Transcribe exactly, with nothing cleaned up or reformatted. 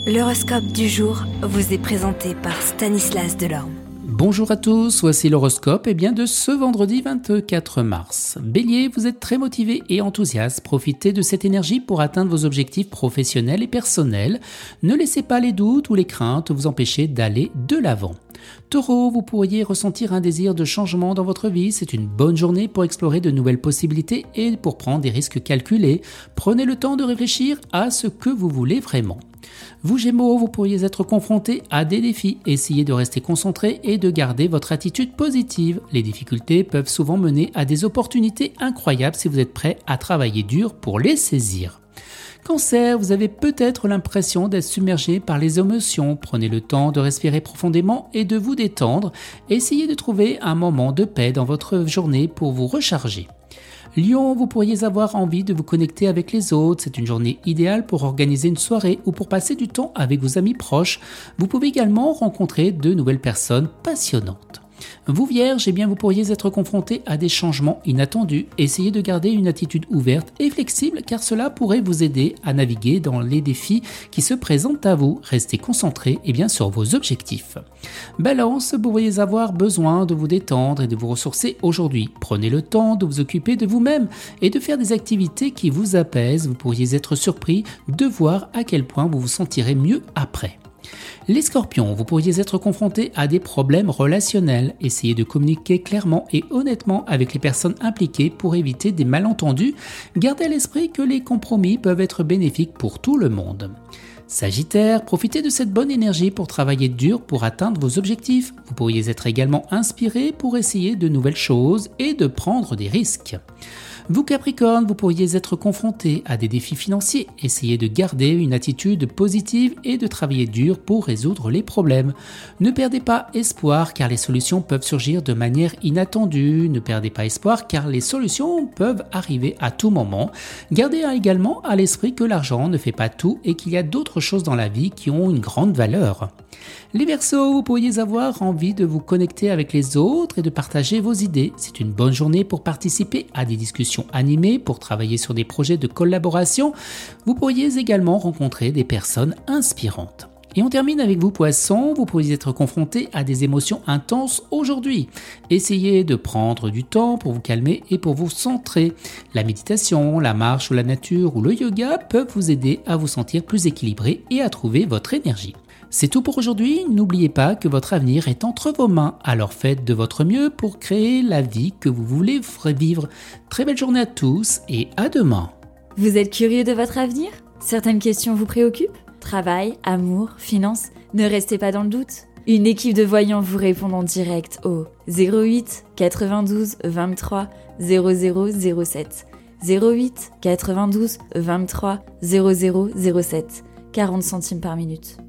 L'horoscope du jour vous est présenté par Stanislas Delorme. Bonjour à tous, voici l'horoscope et bien de ce vendredi vingt-quatre mars. Bélier, vous êtes très motivé et enthousiaste, profitez de cette énergie pour atteindre vos objectifs professionnels et personnels. Ne laissez pas les doutes ou les craintes vous empêcher d'aller de l'avant. Taureau, vous pourriez ressentir un désir de changement dans votre vie, c'est une bonne journée pour explorer de nouvelles possibilités et pour prendre des risques calculés. Prenez le temps de réfléchir à ce que vous voulez vraiment. Vous Gémeaux, vous pourriez être confronté à des défis. Essayez de rester concentré et de garder votre attitude positive. Les difficultés peuvent souvent mener à des opportunités incroyables si vous êtes prêt à travailler dur pour les saisir. Cancer, vous avez peut-être l'impression d'être submergé par les émotions. Prenez le temps de respirer profondément et de vous détendre. Essayez de trouver un moment de paix dans votre journée pour vous recharger. Lion, vous pourriez avoir envie de vous connecter avec les autres. C'est une journée idéale pour organiser une soirée ou pour passer du temps avec vos amis proches. Vous pouvez également rencontrer de nouvelles personnes passionnantes. Vous Vierge, eh bien vous pourriez être confronté à des changements inattendus. Essayez de garder une attitude ouverte et flexible car cela pourrait vous aider à naviguer dans les défis qui se présentent à vous. Restez concentré eh bien, sur vos objectifs. Balance, vous pourriez avoir besoin de vous détendre et de vous ressourcer aujourd'hui. Prenez le temps de vous occuper de vous-même et de faire des activités qui vous apaisent. Vous pourriez être surpris de voir à quel point vous vous sentirez mieux après. Les Scorpions, vous pourriez être confrontés à des problèmes relationnels. Essayez de communiquer clairement et honnêtement avec les personnes impliquées pour éviter des malentendus. Gardez à l'esprit que les compromis peuvent être bénéfiques pour tout le monde. Sagittaire, profitez de cette bonne énergie pour travailler dur pour atteindre vos objectifs. Vous pourriez être également inspiré pour essayer de nouvelles choses et de prendre des risques. Vous Capricorne, vous pourriez être confronté à des défis financiers. Essayez de garder une attitude positive et de travailler dur pour résoudre les problèmes. Ne perdez pas espoir car les solutions peuvent surgir de manière inattendue. Ne perdez pas espoir car les solutions peuvent arriver à tout moment. Gardez également à l'esprit que l'argent ne fait pas tout et qu'il y a d'autres choses dans la vie qui ont une grande valeur. Les Verseaux, vous pourriez avoir envie de vous connecter avec les autres et de partager vos idées. C'est une bonne journée pour participer à des discussions animées, pour travailler sur des projets de collaboration. Vous pourriez également rencontrer des personnes inspirantes. Et on termine avec vous Poissons, vous pourriez être confronté à des émotions intenses aujourd'hui. Essayez de prendre du temps pour vous calmer et pour vous centrer. La méditation, la marche ou la nature ou le yoga peuvent vous aider à vous sentir plus équilibré et à trouver votre énergie. C'est tout pour aujourd'hui, n'oubliez pas que votre avenir est entre vos mains, alors faites de votre mieux pour créer la vie que vous voulez vivre. Très belle journée à tous et à demain. Vous êtes curieux de votre avenir ? Certaines questions vous préoccupent ? Travail, amour, finances ? Ne restez pas dans le doute. Une équipe de voyants vous répond en direct au zéro huit quatre-vingt-douze vingt-trois zéro zéro zéro sept zéro huit quatre-vingt-douze vingt-trois zéro zéro zéro sept quarante centimes par minute.